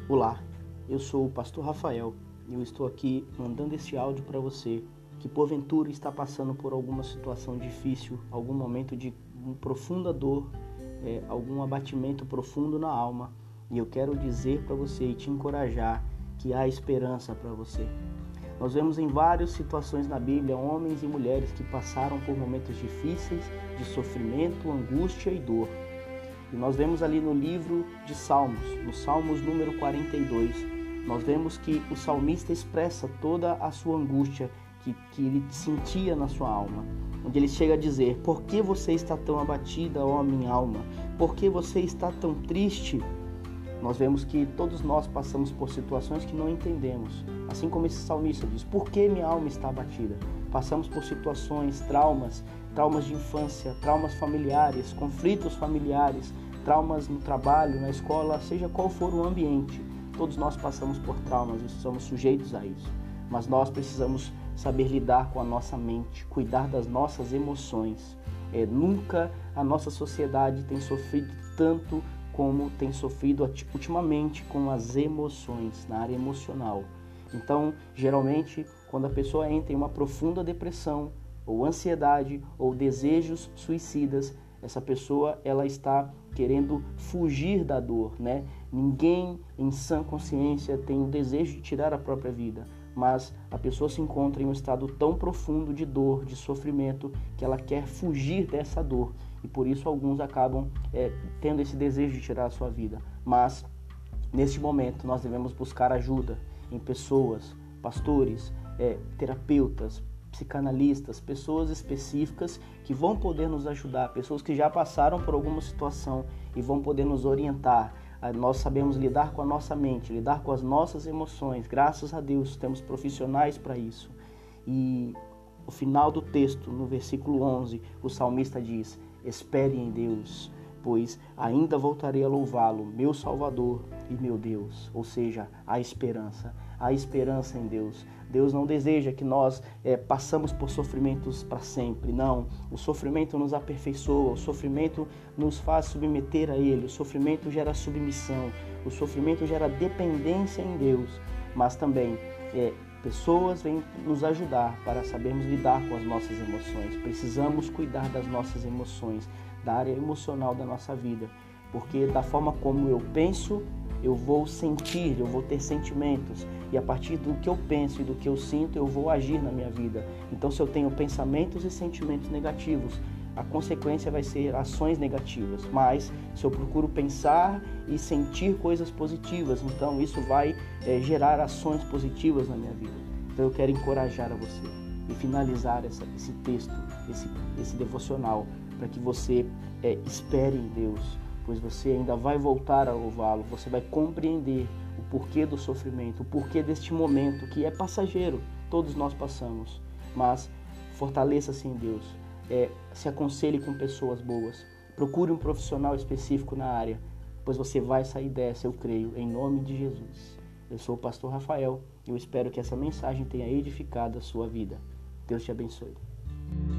Olá, eu sou o pastor Rafael e eu estou aqui mandando este áudio para você que porventura está passando por alguma situação difícil, algum momento de profunda dor, algum abatimento profundo na alma, e eu quero dizer para você e te encorajar que há esperança para você. Nós vemos em várias situações na Bíblia homens e mulheres que passaram por momentos difíceis de sofrimento, angústia e dor. E nós vemos ali no livro de Salmos, no Salmos número 42, nós vemos que o salmista expressa toda a sua angústia que ele sentia na sua alma, onde ele chega a dizer: por que você está tão abatida, ó minha alma? Por que você está tão triste? Nós vemos que todos nós passamos por situações que não entendemos, assim como esse salmista diz: por que minha alma está abatida? Passamos por situações, traumas de infância, traumas familiares, conflitos familiares, traumas no trabalho, na escola, seja qual for o ambiente. Todos nós passamos por traumas e somos sujeitos a isso. Mas nós precisamos saber lidar com a nossa mente, cuidar das nossas emoções. Nunca a nossa sociedade tem sofrido tanto como tem sofrido ultimamente com as emoções, na área emocional. Então, geralmente, quando a pessoa entra em uma profunda depressão, ou ansiedade, ou desejos suicidas, essa pessoa ela está querendo fugir da dor, né? Ninguém em sã consciência tem o desejo de tirar a própria vida, mas a pessoa se encontra em um estado tão profundo de dor, de sofrimento, que ela quer fugir dessa dor, e por isso alguns acabam tendo esse desejo de tirar a sua vida. Mas neste momento nós devemos buscar ajuda em pessoas, pastores, terapeutas, psicanalistas, pessoas específicas que vão poder nos ajudar, pessoas que já passaram por alguma situação e vão poder nos orientar. Nós sabemos lidar com a nossa mente, lidar com as nossas emoções. Graças a Deus temos profissionais para isso. E no final do texto, no versículo 11, o salmista diz: espere em Deus, pois ainda voltarei a louvá-lo, meu Salvador e meu Deus. Ou seja, há esperança em Deus. Deus não deseja que nós passamos por sofrimentos para sempre. Não, o sofrimento nos aperfeiçoa, o sofrimento nos faz submeter a Ele, o sofrimento gera submissão, o sofrimento gera dependência em Deus, mas também pessoas vêm nos ajudar para sabermos lidar com as nossas emoções. Precisamos cuidar das nossas emoções, da área emocional da nossa vida, porque da forma como eu penso, eu vou sentir, eu vou ter sentimentos, e a partir do que eu penso e do que eu sinto, eu vou agir na minha vida. Então, se eu tenho pensamentos e sentimentos negativos, a consequência vai ser ações negativas. Mas se eu procuro pensar e sentir coisas positivas, então isso vai gerar ações positivas na minha vida. Então eu quero encorajar a você e finalizar esse texto, esse devocional, para que você espere em Deus, pois você ainda vai voltar a louvá-lo, você vai compreender o porquê do sofrimento, o porquê deste momento que é passageiro, todos nós passamos, mas fortaleça-se em Deus, se aconselhe com pessoas boas, procure um profissional específico na área, pois você vai sair dessa, eu creio, em nome de Jesus. Eu sou o pastor Rafael e eu espero que essa mensagem tenha edificado a sua vida. Deus te abençoe.